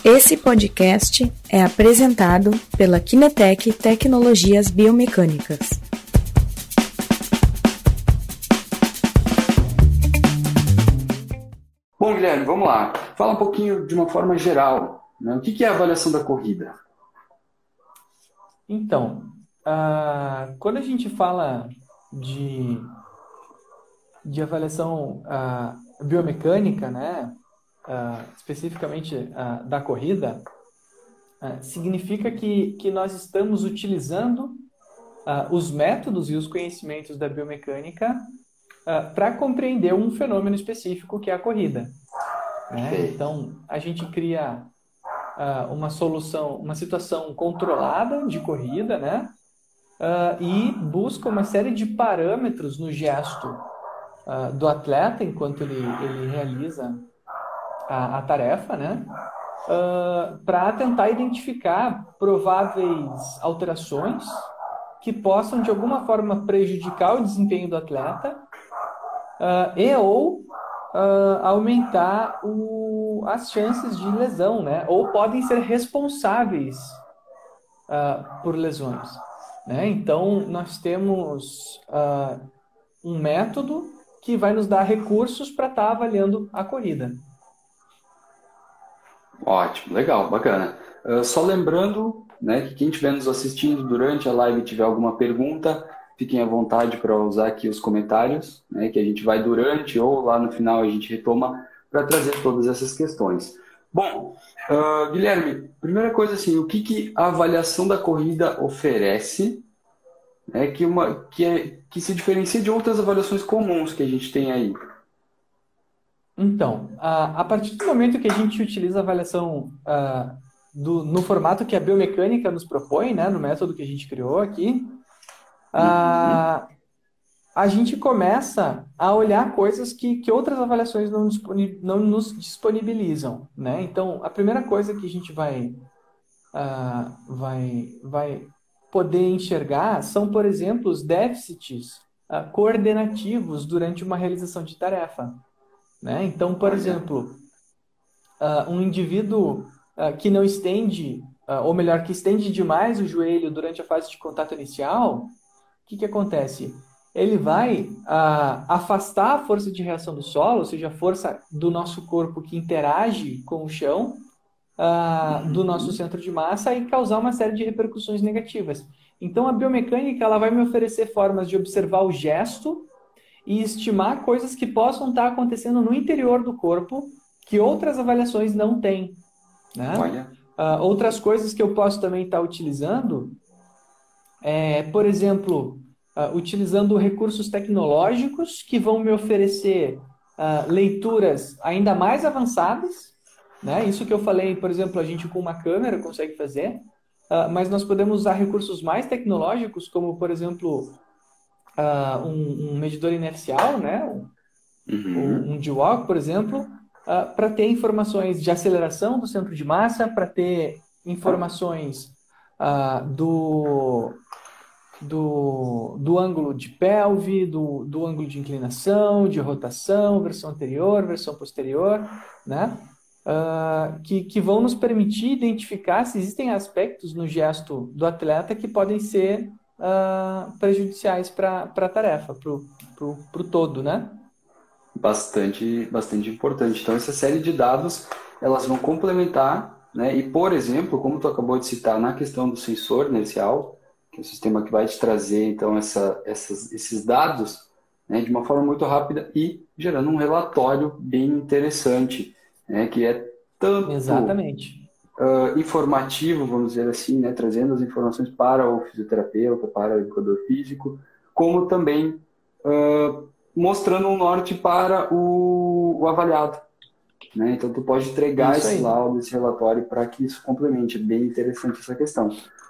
Esse podcast é apresentado pela Kinetec Tecnologias Biomecânicas. Bom, Guilherme, vamos lá. Fala um pouquinho de uma forma geral, né? O que é a avaliação da corrida? Então, quando a gente fala de avaliação biomecânica, né, especificamente da corrida, significa que nós estamos utilizando os métodos e os conhecimentos da biomecânica para compreender um fenômeno específico que é a corrida, né? Então, a gente cria uma situação controlada de corrida, né? E busca uma série de parâmetros no gesto do atleta enquanto ele realiza a tarefa, né? Para tentar identificar prováveis alterações que possam, de alguma forma, prejudicar o desempenho do atleta ou aumentar as chances de lesão, né? Ou podem ser responsáveis por lesões, né? Então, nós temos um método que vai nos dar recursos para estar avaliando a corrida. Ótimo, legal, bacana. Só lembrando, né, que quem estiver nos assistindo durante a live e tiver alguma pergunta, fiquem à vontade para usar aqui os comentários, né, que a gente vai durante ou lá no final a gente retoma para trazer todas essas questões. Bom, Guilherme, primeira coisa assim, o que a avaliação da corrida oferece, né, que se diferencia de outras avaliações comuns que a gente tem aí? Então, a partir do momento que a gente utiliza a avaliação no formato que a biomecânica nos propõe, né, no método que a gente criou aqui, a gente começa a olhar coisas que outras avaliações não nos disponibilizam, né? Então, a primeira coisa que a gente vai poder enxergar são, por exemplo, os déficits coordenativos durante uma realização de tarefa, né? Então, por exemplo, um indivíduo que não estende, ou melhor, que estende demais o joelho durante a fase de contato inicial, o que acontece? Ele vai afastar a força de reação do solo, ou seja, a força do nosso corpo que interage com o chão, do nosso centro de massa e causar uma série de repercussões negativas. Então, a biomecânica ela vai me oferecer formas de observar o gesto e estimar coisas que possam estar acontecendo no interior do corpo que outras avaliações não têm, né? Outras coisas que eu posso também estar utilizando por exemplo, utilizando recursos tecnológicos que vão me oferecer leituras ainda mais avançadas, né? Isso que eu falei, por exemplo, a gente com uma câmera consegue fazer, mas nós podemos usar recursos mais tecnológicos, como, por exemplo, um medidor inercial, né? Um G-Walk, por exemplo, para ter informações de aceleração do centro de massa, para ter informações do ângulo de pelve, do ângulo de inclinação, de rotação, versão anterior, versão posterior, né? Que vão nos permitir identificar se existem aspectos no gesto do atleta que podem ser prejudiciais para a tarefa, para o todo, né? Bastante importante. Então, essa série de dados, elas vão complementar, né? E, por exemplo, como tu acabou de citar, na questão do sensor inercial, que é o sistema que vai te trazer, então, esses dados, né, de uma forma muito rápida e gerando um relatório bem interessante, né, que é tanto informativo, vamos dizer assim, né, trazendo as informações para o fisioterapeuta, para o educador físico, como também mostrando um norte para o avaliado, né? Então, tu pode entregar esse laudo, esse relatório para que isso complemente. É bem interessante essa questão.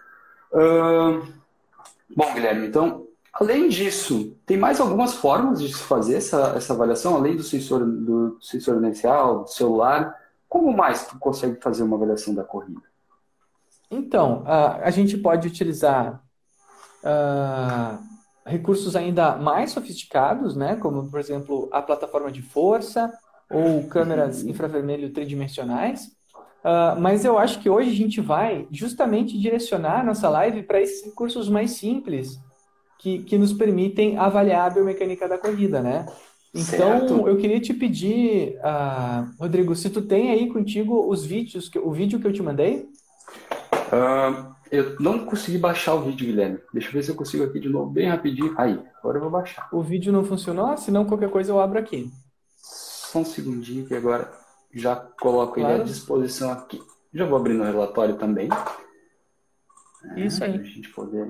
Bom, Guilherme, então, além disso, tem mais algumas formas de se fazer essa avaliação, além do sensor inercial, do celular? Como mais tu consegue fazer uma avaliação da corrida? Então, a gente pode utilizar recursos ainda mais sofisticados, né? Como, por exemplo, a plataforma de força ou câmeras infravermelho tridimensionais, Mas eu acho que hoje a gente vai justamente direcionar a nossa live para esses recursos mais simples que nos permitem avaliar a biomecânica da corrida, né? Certo. Então, eu queria te pedir, Rodrigo, se tu tem aí contigo os vídeos, o vídeo que eu te mandei? Eu não consegui baixar o vídeo, Guilherme. Deixa eu ver se eu consigo aqui de novo, bem rapidinho. Aí, agora eu vou baixar. O vídeo não funcionou? Se não, qualquer coisa eu abro aqui. Só um segundinho que agora já coloco ele à Claro. disposição aqui. Já vou abrir no relatório também, Isso aí. para a gente poder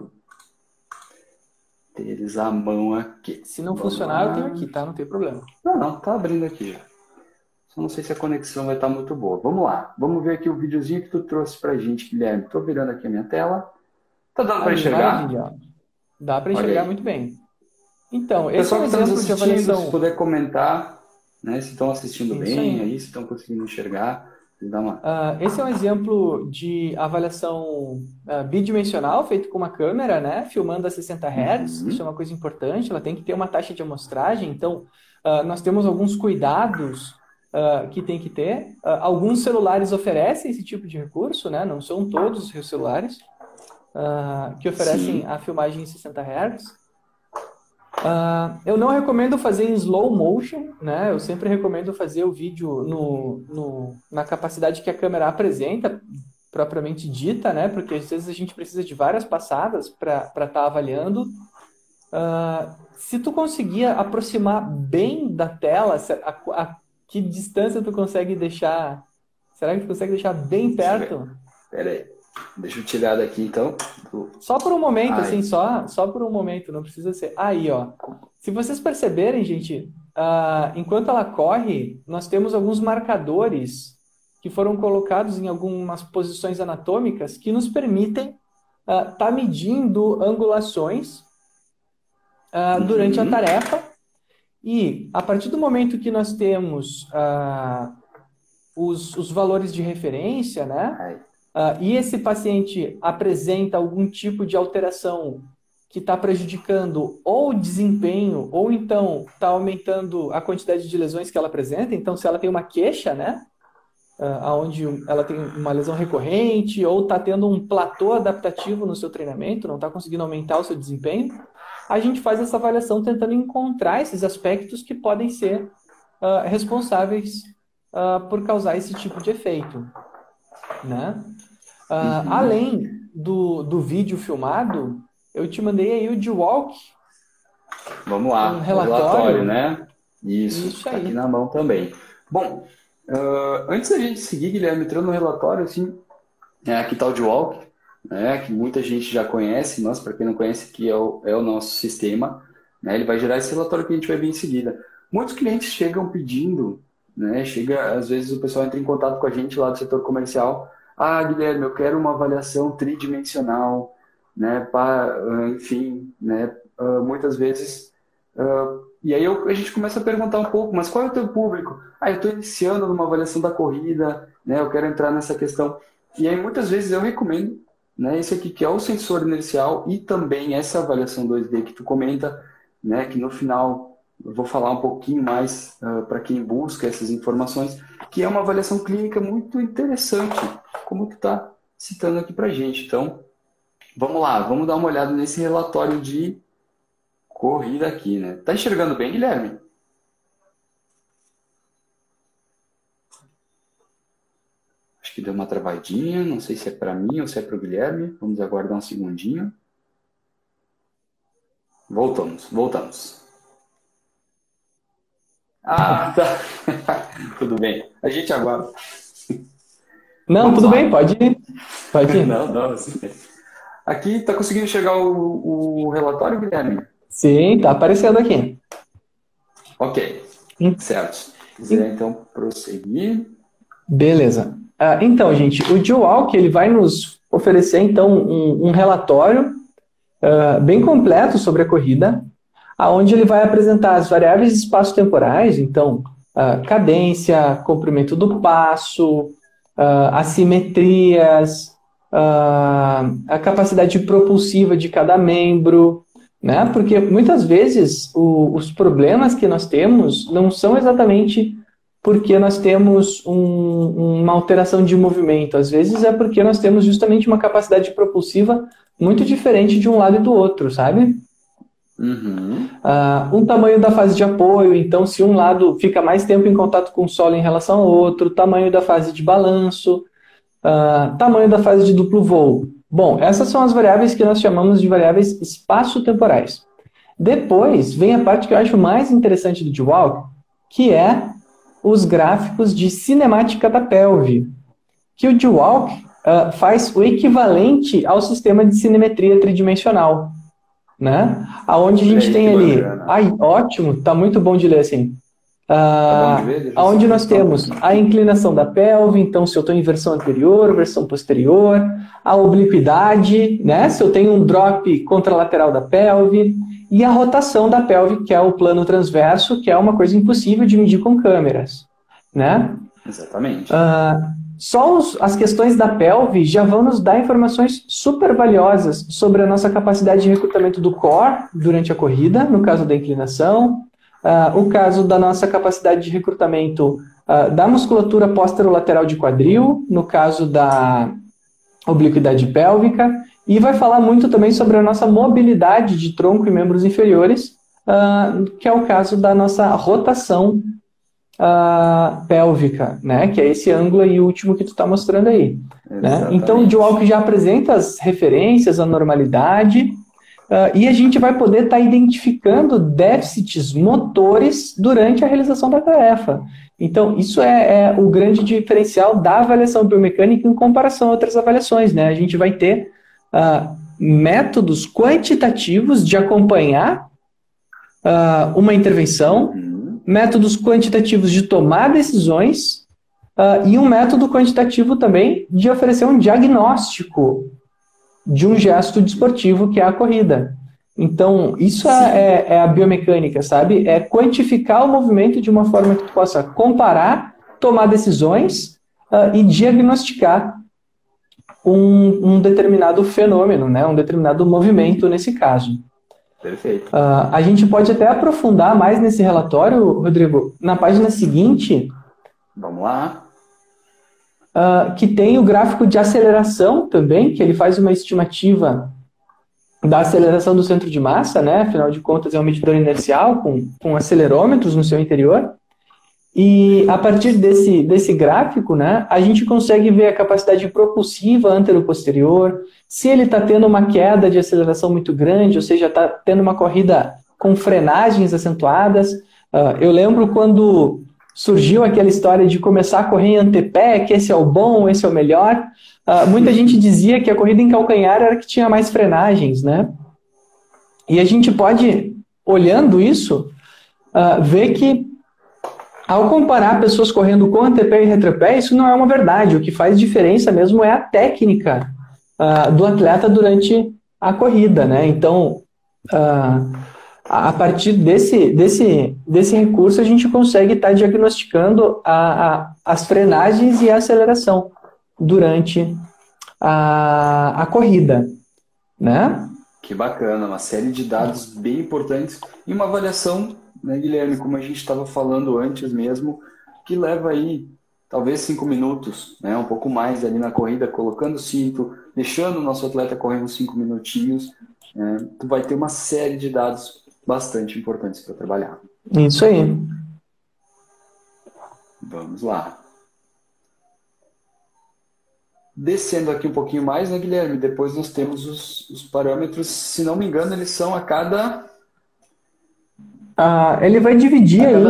ter eles à mão aqui. Se não Vamos funcionar, eu lá. tenho aqui, tá? Não tem problema. Não, tá abrindo aqui já. Só não sei se a conexão vai estar muito boa. Vamos lá, vamos ver aqui o videozinho que tu trouxe pra gente, Guilherme. Tô virando aqui a minha tela. Tá dando para Aí, enxergar? maravilha. Ó. Dá para Olha enxergar aí. muito bem. Então, esse é Pessoal um que está nos exemplo de assistindo, se avaliação. puder comentar, né, se estão assistindo Isso bem, aí. aí, se estão conseguindo enxergar, dá uma. Esse é um exemplo de avaliação bidimensional feito com uma câmera, né, filmando a 60 Hz. Isso é uma coisa importante, ela tem que ter uma taxa de amostragem. Então, nós temos alguns cuidados que tem que ter. Alguns celulares oferecem esse tipo de recurso, né, não são todos os celulares que oferecem Sim. a filmagem em 60 Hz. Eu não recomendo fazer em slow motion, né? Eu sempre recomendo fazer o vídeo na capacidade que a câmera apresenta, propriamente dita, né? Porque às vezes a gente precisa de várias passadas para estar avaliando. Se tu conseguir aproximar bem da tela, que distância tu consegue deixar? Será que tu consegue deixar bem perto? Pera aí. Deixa eu tirar daqui, então. Só por um momento, Ai. assim, só por um momento, não precisa ser. Aí, ó. Se vocês perceberem, gente, enquanto ela corre, nós temos alguns marcadores que foram colocados em algumas posições anatômicas que nos permitem estar medindo angulações durante a tarefa. E, a partir do momento que nós temos os valores de referência, né? Ai. E esse paciente apresenta algum tipo de alteração que está prejudicando ou o desempenho, ou então está aumentando a quantidade de lesões que ela apresenta. Então, se ela tem uma queixa, né, onde ela tem uma lesão recorrente, ou está tendo um platô adaptativo no seu treinamento, não está conseguindo aumentar o seu desempenho, a gente faz essa avaliação tentando encontrar esses aspectos que podem ser responsáveis por causar esse tipo de efeito, né? Além do vídeo filmado, eu te mandei aí o D-Walk. Vamos lá, Um o relatório, né? Isso, tá aí. aqui na mão também. Bom, antes da gente seguir, Guilherme, entrando no relatório, assim, aqui está o D-Walk, né, que muita gente já conhece, mas para quem não conhece, que é o nosso sistema, né, ele vai gerar esse relatório que a gente vai ver em seguida. Muitos clientes chegam pedindo, né, às vezes o pessoal entra em contato com a gente lá do setor comercial. Guilherme, eu quero uma avaliação tridimensional, né, enfim, né, muitas vezes. E aí a gente começa a perguntar um pouco, mas qual é o teu público? Eu estou iniciando numa avaliação da corrida, né, eu quero entrar nessa questão. E aí muitas vezes eu recomendo, né, esse aqui que é o sensor inercial e também essa avaliação 2D que tu comenta, né, que no final eu vou falar um pouquinho mais para quem busca essas informações, que é uma avaliação clínica muito interessante, como tu está citando aqui para a gente. Então, vamos lá, vamos dar uma olhada nesse relatório de corrida aqui, né? Tá enxergando bem, Guilherme? Acho que deu uma travadinha, não sei se é para mim ou se é para o Guilherme. Vamos aguardar um segundinho. Voltamos. Tá. Tudo bem. A gente aguarda. Não, Vamos tudo lá. bem, pode ir. Não. Aqui, tá conseguindo enxergar o relatório, Guilherme? Sim, tá aparecendo aqui. Ok, certo. Se quiser, então, prosseguir. Beleza. Então, gente, o D-Walk, ele vai nos oferecer, então, um relatório bem completo sobre a corrida, onde ele vai apresentar as variáveis espaço-temporais, então, cadência, comprimento do passo, assimetrias, a capacidade propulsiva de cada membro, né? Porque muitas vezes os problemas que nós temos não são exatamente porque nós temos uma alteração de movimento. Às vezes é porque nós temos justamente uma capacidade propulsiva muito diferente de um lado e do outro, sabe? Uhum. Um tamanho da fase de apoio, então se um lado fica mais tempo em contato com o solo em relação ao outro, tamanho da fase de balanço, tamanho da fase de duplo voo. Bom, essas são as variáveis que nós chamamos de variáveis espaço-temporais. Depois vem a parte que eu acho mais interessante do D-Walk, que é os gráficos de cinemática da pelve, que o D-Walk faz o equivalente ao sistema de cinemetria tridimensional, né? Aonde a gente tem ali... Ai, ótimo, tá muito bom de ler assim. Tá bom de ver? Onde nós temos a inclinação da pelve, então se eu estou em versão anterior, versão posterior, a obliquidade, né? Se eu tenho um drop contralateral da pelve, e a rotação da pelve, que é o plano transverso, que é uma coisa impossível de medir com câmeras, né? Exatamente. Só as questões da pelve já vão nos dar informações super valiosas sobre a nossa capacidade de recrutamento do core durante a corrida, no caso da inclinação, o caso da nossa capacidade de recrutamento da musculatura posterolateral de quadril, no caso da obliquidade pélvica, e vai falar muito também sobre a nossa mobilidade de tronco e membros inferiores, que é o caso da nossa rotação pélvica, né? Que é esse ângulo aí último que tu está mostrando aí. Né? Então o D-Walk já apresenta as referências, a normalidade, e a gente vai poder estar identificando déficits motores durante a realização da tarefa. Então, isso é o grande diferencial da avaliação biomecânica em comparação a outras avaliações, né? A gente vai ter métodos quantitativos de acompanhar uma intervenção, métodos quantitativos de tomar decisões e um método quantitativo também de oferecer um diagnóstico de um gesto desportivo que é a corrida. Então, isso é a biomecânica, sabe? É quantificar o movimento de uma forma que tu possa comparar, tomar decisões e diagnosticar um determinado fenômeno, né? Um determinado movimento nesse caso. Perfeito. A gente pode até aprofundar mais nesse relatório, Rodrigo, na página seguinte. Vamos lá. Que tem o gráfico de aceleração também, que ele faz uma estimativa da aceleração do centro de massa, né? Afinal de contas, é um medidor inercial com acelerômetros no seu interior. E a partir desse gráfico, né, a gente consegue ver a capacidade propulsiva antero-posterior, se ele está tendo uma queda de aceleração muito grande, ou seja, está tendo uma corrida com frenagens acentuadas. Eu lembro quando surgiu aquela história de começar a correr em antepé, que esse é o bom, esse é o melhor. Muita gente dizia que a corrida em calcanhar era a que tinha mais frenagens, né? E a gente pode, olhando isso, ver que ao comparar pessoas correndo com antepé e retropé, isso não é uma verdade. O que faz diferença mesmo é a técnica do atleta durante a corrida, né? Então, a partir desse recurso, a gente consegue estar diagnosticando as frenagens e a aceleração durante a corrida, né? Que bacana, uma série de dados bem importantes e uma avaliação, né, Guilherme, como a gente estava falando antes mesmo, que leva aí talvez 5 minutos, né, um pouco mais ali na corrida, colocando o cinto, deixando o nosso atleta correr uns 5 minutinhos, tu vai ter uma série de dados bastante importantes para trabalhar. Isso aí. Vamos lá. Descendo aqui um pouquinho mais, né, Guilherme? Depois nós temos os parâmetros, se não me engano, eles são a cada... ele vai dividir aí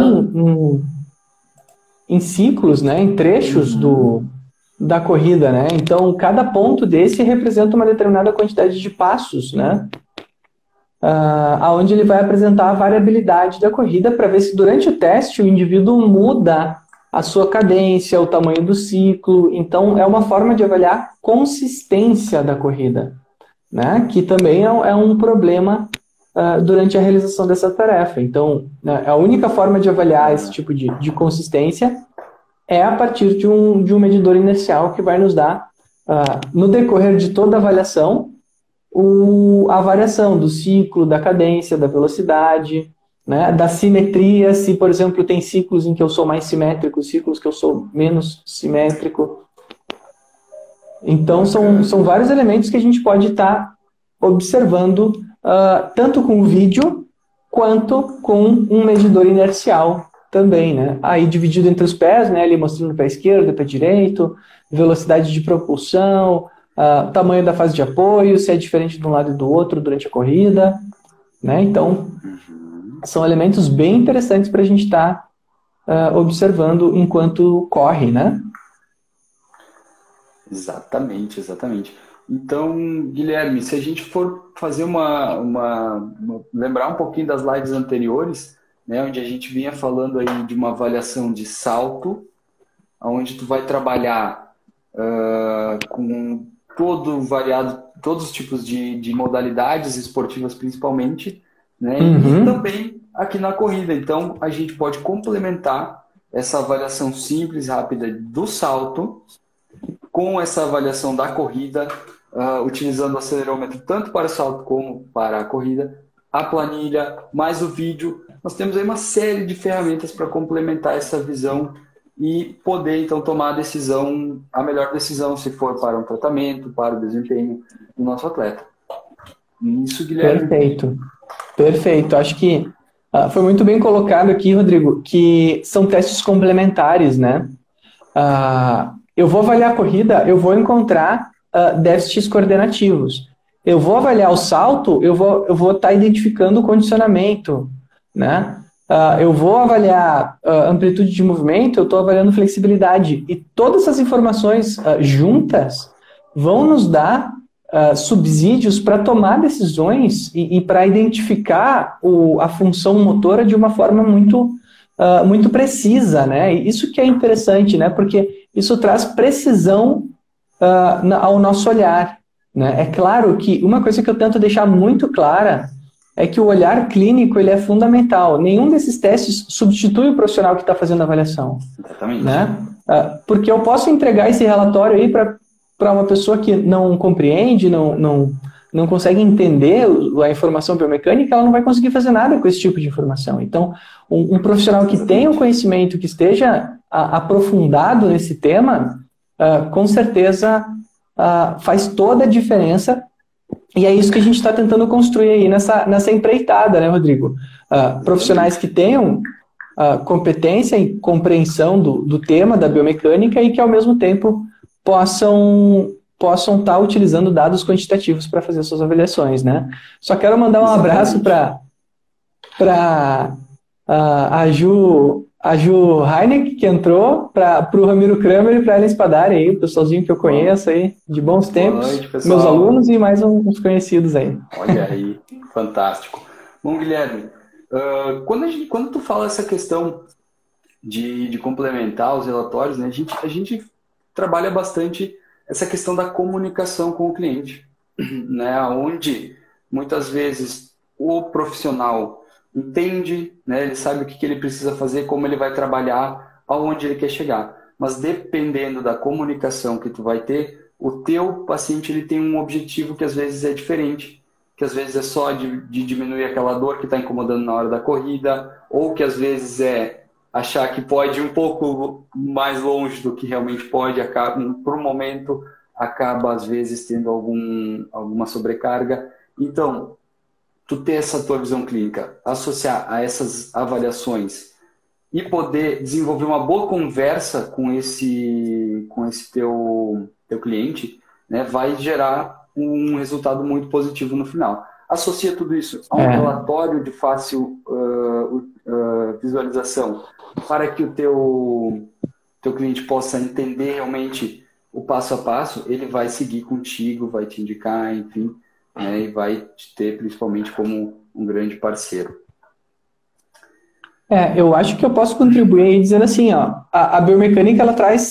em ciclos, né, em trechos da corrida, né? Então, cada ponto desse representa uma determinada quantidade de passos, né? Onde ele vai apresentar a variabilidade da corrida para ver se durante o teste o indivíduo muda a sua cadência, o tamanho do ciclo. Então, é uma forma de avaliar a consistência da corrida, né? Que também é um problema durante a realização dessa tarefa. Então, a única forma de avaliar esse tipo de consistência é a partir de um medidor inercial que vai nos dar, no decorrer de toda a avaliação, a variação do ciclo, da cadência, da velocidade, né? Da simetria, se, por exemplo, tem ciclos em que eu sou mais simétrico, ciclos que eu sou menos simétrico. Então, são vários elementos que a gente pode estar observando, tanto com o vídeo, quanto com um medidor inercial também, né? Aí dividido entre os pés, né? Ali mostrando pé esquerdo, pé direito, velocidade de propulsão, tamanho da fase de apoio, se é diferente de um lado e do outro durante a corrida, né? Então, são elementos bem interessantes para a gente estar observando enquanto corre, né? Exatamente, exatamente. Então, Guilherme, se a gente for fazer lembrar um pouquinho das lives anteriores, né, onde a gente vinha falando aí de uma avaliação de salto, onde tu vai trabalhar com todos os tipos de modalidades esportivas principalmente, né, e também aqui na corrida. Então, a gente pode complementar essa avaliação simples, rápida do salto com essa avaliação da corrida, utilizando o acelerômetro tanto para o salto como para a corrida, a planilha, mais o vídeo. Nós temos aí uma série de ferramentas para complementar essa visão e poder, então, tomar a melhor decisão, se for para um tratamento, para o desempenho do nosso atleta. Isso, Guilherme. Perfeito. Acho que foi muito bem colocado aqui, Rodrigo, que são testes complementares, né? Eu vou avaliar a corrida, eu vou encontrar déficits coordenativos. Eu vou avaliar o salto, eu vou estar identificando o condicionamento, né? Eu vou avaliar amplitude de movimento, eu estou avaliando flexibilidade. E todas essas informações juntas vão nos dar subsídios para tomar decisões e para identificar a função motora de uma forma muito precisa, né? Isso que é interessante, né? Porque isso traz precisão ao nosso olhar, né? É claro que uma coisa que eu tento deixar muito clara é que o olhar clínico ele é fundamental. Nenhum desses testes substitui o profissional que está fazendo a avaliação. Exatamente. Né? Porque eu posso entregar esse relatório aí para uma pessoa que não compreende, não consegue entender a informação biomecânica, ela não vai conseguir fazer nada com esse tipo de informação. Então, um profissional que tenha o conhecimento, que esteja aprofundado nesse tema, com certeza faz toda a diferença. E é isso que a gente está tentando construir aí nessa empreitada, né, Rodrigo? Profissionais que tenham competência e compreensão do tema da biomecânica e que, ao mesmo tempo, possam estar utilizando dados quantitativos para fazer suas avaliações, né? Só quero mandar um abraço para a Ju Heineck, que entrou, para o Ramiro Kramer e para a Ellen Spadari, aí, o pessoalzinho que eu conheço aí, de bons tempos, noite, meus alunos e mais uns conhecidos aí. Olha aí, fantástico. Bom, Guilherme, quando tu fala essa questão de complementar os relatórios, né, a gente trabalha bastante essa questão da comunicação com o cliente, né, onde muitas vezes o profissional entende, né, ele sabe o que ele precisa fazer, como ele vai trabalhar, aonde ele quer chegar. Mas dependendo da comunicação que tu vai ter, o teu paciente ele tem um objetivo que às vezes é diferente, que às vezes é só de diminuir aquela dor que está incomodando na hora da corrida, ou que às vezes é achar que pode ir um pouco mais longe do que realmente pode, por um momento acaba às vezes tendo alguma sobrecarga. Então, tu ter essa tua visão clínica, associar a essas avaliações e poder desenvolver uma boa conversa com esse teu cliente, né, vai gerar um resultado muito positivo no final. Associa tudo isso a um relatório de fácil visualização para que o teu cliente possa entender realmente o passo a passo, ele vai seguir contigo, vai te indicar, enfim, né, e vai te ter principalmente como um grande parceiro. Eu acho que eu posso contribuir aí dizendo assim, ó, a biomecânica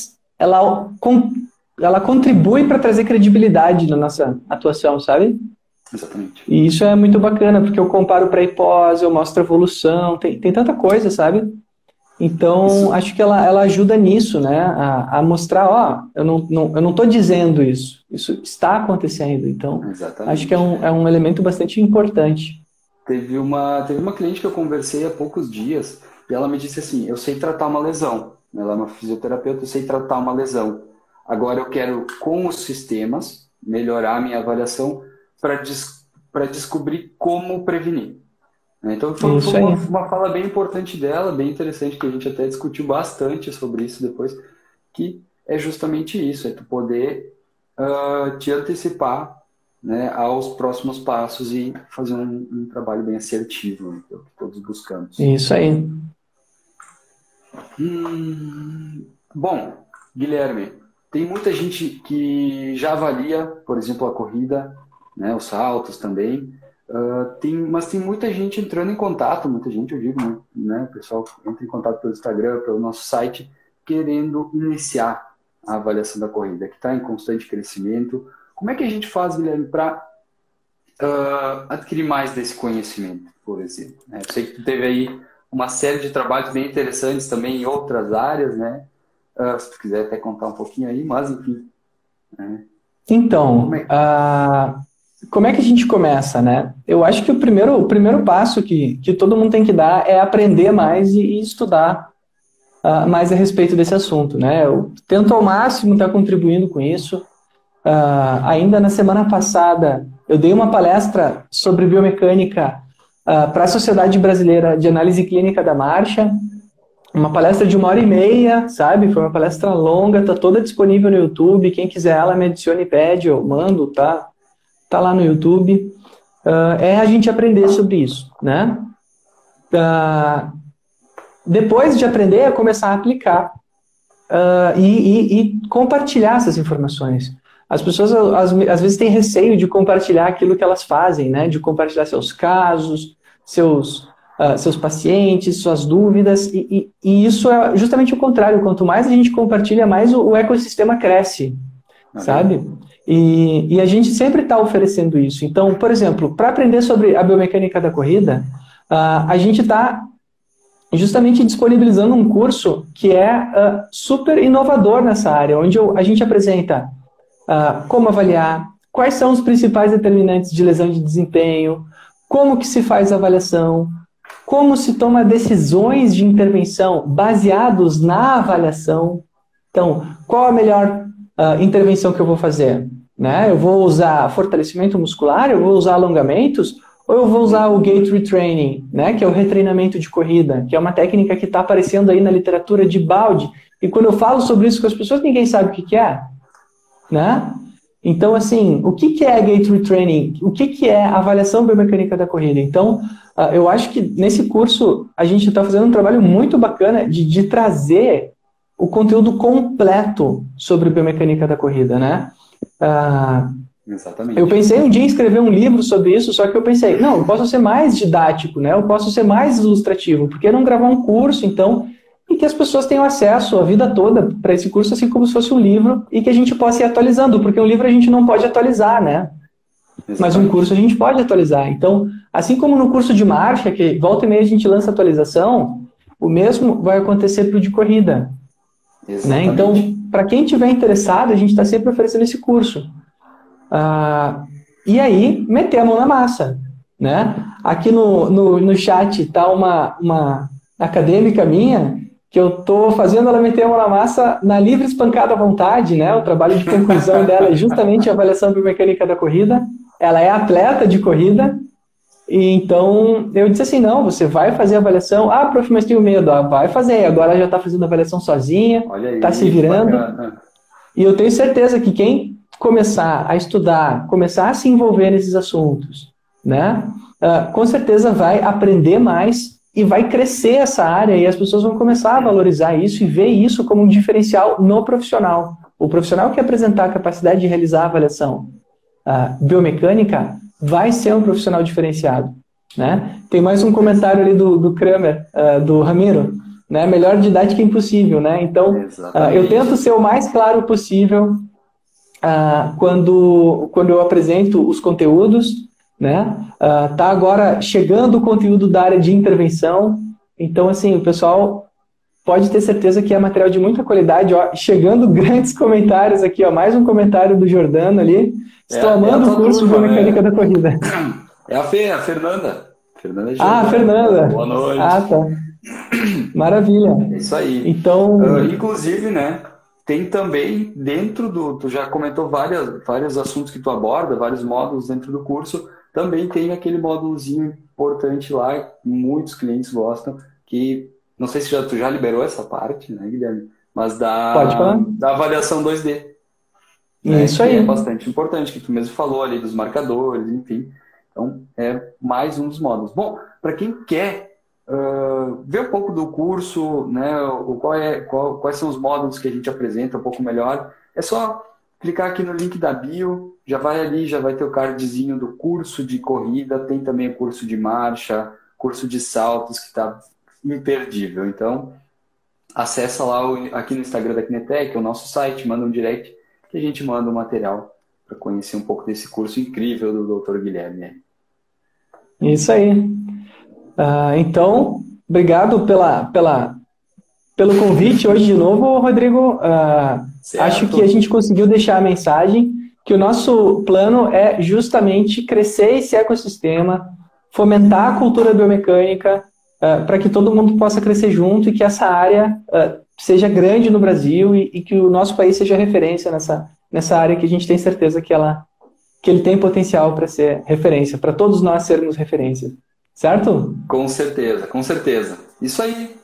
ela contribui para trazer credibilidade na nossa atuação, sabe? Exatamente. E isso é muito bacana, porque eu comparo pré e pós, eu mostro a evolução, tem tanta coisa, sabe? Então, acho que ela ajuda nisso, né? A mostrar, ó, eu não estou dizendo isso está acontecendo. Então, exatamente, acho que é um elemento bastante importante. Teve uma cliente que eu conversei há poucos dias e ela me disse assim, eu sei tratar uma lesão. Ela é uma fisioterapeuta, eu sei tratar uma lesão. Agora eu quero, com os sistemas, melhorar a minha avaliação para descobrir como prevenir. Então foi Isso aí. uma fala bem importante dela, bem interessante, que a gente até discutiu bastante sobre isso depois, que é justamente isso, é tu poder te antecipar, né, aos próximos passos e fazer um trabalho bem assertivo, né, que é o que todos buscamos. Isso aí. Bom, Guilherme, tem muita gente que já avalia, por exemplo, a corrida, né, os saltos também, mas tem muita gente entrando em contato, muita gente, eu digo, né, o pessoal entra em contato pelo Instagram, pelo nosso site, querendo iniciar a avaliação da corrida, que está em constante crescimento. Como é que a gente faz, Guilherme, para adquirir mais desse conhecimento, por exemplo? Eu sei que tu teve aí uma série de trabalhos bem interessantes também em outras áreas, né? Se tu quiser até contar um pouquinho aí, mas enfim. Então, como é que a gente começa, né? Eu acho que o primeiro passo que todo mundo tem que dar é aprender mais e estudar mais a respeito desse assunto, né? Eu tento ao máximo estar contribuindo com isso. Ainda na semana passada, eu dei uma palestra sobre biomecânica para a Sociedade Brasileira de Análise Clínica da Marcha, uma palestra de 1h30, sabe? Foi uma palestra longa, está toda disponível no YouTube, quem quiser ela me adicione e pede, eu mando, tá lá no YouTube. É a gente aprender sobre isso, né? Depois de aprender, é começar a aplicar e compartilhar essas informações. As pessoas, às vezes, têm receio de compartilhar aquilo que elas fazem, né? De compartilhar seus casos, seus pacientes, suas dúvidas, e isso é justamente o contrário. Quanto mais a gente compartilha, mais o ecossistema cresce, sabe? E a gente sempre está oferecendo isso. Então, por exemplo, para aprender sobre a biomecânica da corrida, a gente está justamente disponibilizando um curso que é super inovador nessa área, onde a gente apresenta como avaliar, quais são os principais determinantes de lesão de desempenho, como que se faz a avaliação, como se toma decisões de intervenção baseados na avaliação. Então, qual a melhor intervenção que eu vou fazer? Né? Eu vou usar fortalecimento muscular, eu vou usar alongamentos, ou eu vou usar o gait retraining, né? Que é o retreinamento de corrida, que é uma técnica que está aparecendo aí na literatura de balde. E quando eu falo sobre isso com as pessoas, ninguém sabe o que é. Né? Então, assim, o que é gait retraining? O que é avaliação biomecânica da corrida? Então, eu acho que nesse curso a gente está fazendo um trabalho muito bacana de trazer o conteúdo completo sobre biomecânica da corrida, né? Exatamente. Eu pensei um dia em escrever um livro sobre isso, só que eu pensei, não, eu posso ser mais didático, né? Eu posso ser mais ilustrativo, por que não gravar um curso, então, e que as pessoas tenham acesso a vida toda para esse curso, assim como se fosse um livro, e que a gente possa ir atualizando, porque um livro a gente não pode atualizar, né? Exatamente. Mas um curso a gente pode atualizar. Então, assim como no curso de marcha, que volta e meia a gente lança atualização, o mesmo vai acontecer para o de corrida. Né? Então, para quem estiver interessado, a gente está sempre oferecendo esse curso. E aí, meter a mão na massa. Né? Aqui no chat está uma acadêmica minha, que eu estou fazendo ela meter a mão na massa na livre espancada à vontade, né? O trabalho de conclusão dela é justamente a avaliação biomecânica da corrida. Ela é atleta de corrida, e então eu disse assim, não, você vai fazer a avaliação, prof, mas tenho medo, vai fazer, agora ela já está fazendo a avaliação sozinha, está se virando, bacana. E eu tenho certeza que quem começar a estudar, começar a se envolver nesses assuntos, né? Com certeza vai aprender mais e vai crescer essa área e as pessoas vão começar a valorizar isso e ver isso como um diferencial no profissional. O profissional que apresentar a capacidade de realizar a avaliação biomecânica vai ser um profissional diferenciado. Né? Tem mais um comentário ali do Kramer, do Ramiro, né? Melhor didática impossível. Né? Então, eu tento ser o mais claro possível quando eu apresento os conteúdos. Né? Tá agora chegando o conteúdo da área de intervenção, então assim, o pessoal pode ter certeza que é material de muita qualidade, ó, chegando grandes comentários aqui, ó, mais um comentário do Jordano ali, estou amando o curso de biomecânica da corrida. É a Fernanda Fernanda Ah, Giovana. Fernanda. Boa noite. Ah, tá. Maravilha. É isso aí. Então, Inclusive, né, tem também dentro tu já comentou vários assuntos que tu aborda, vários módulos dentro do curso, também tem aquele módulozinho importante lá, que muitos clientes gostam, que, não sei se tu já liberou essa parte, né, Guilherme, mas pode falar? da avaliação 2D, né, Isso que aí. é bastante importante, que tu mesmo falou ali dos marcadores, enfim. Então, é mais um dos módulos. Bom, para quem quer ver um pouco do curso, né, quais são os módulos que a gente apresenta um pouco melhor, é só clicar aqui no link da bio, já vai ali, já vai ter o cardzinho do curso de corrida, tem também o curso de marcha, curso de saltos, que está imperdível. Então, acessa lá aqui no Instagram da Kinetec, o nosso site, manda um direct, que a gente manda o material para conhecer um pouco desse curso incrível do Dr. Guilherme. Isso aí. Então, obrigado pelo convite hoje de novo, Rodrigo. Acho que a gente conseguiu deixar a mensagem que o nosso plano é justamente crescer esse ecossistema, fomentar a cultura biomecânica, para que todo mundo possa crescer junto e que essa área seja grande no Brasil e que o nosso país seja referência nessa área que a gente tem certeza que ele tem potencial para ser referência, para todos nós sermos referência. Certo? Com certeza, com certeza. Isso aí.